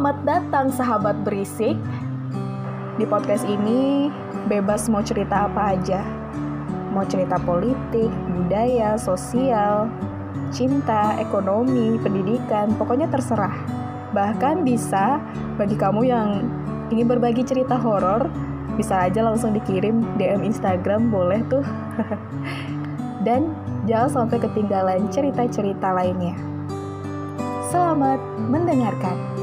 Selamat datang sahabat berisik. Di podcast ini bebas mau cerita apa aja. Mau cerita politik, budaya, sosial, cinta, ekonomi, pendidikan, pokoknya terserah. Bahkan bisa bagi kamu yang ingin berbagi cerita horor, bisa aja langsung dikirim DM Instagram, boleh tuh. Dan jangan sampai ketinggalan cerita-cerita lainnya. Selamat mendengarkan.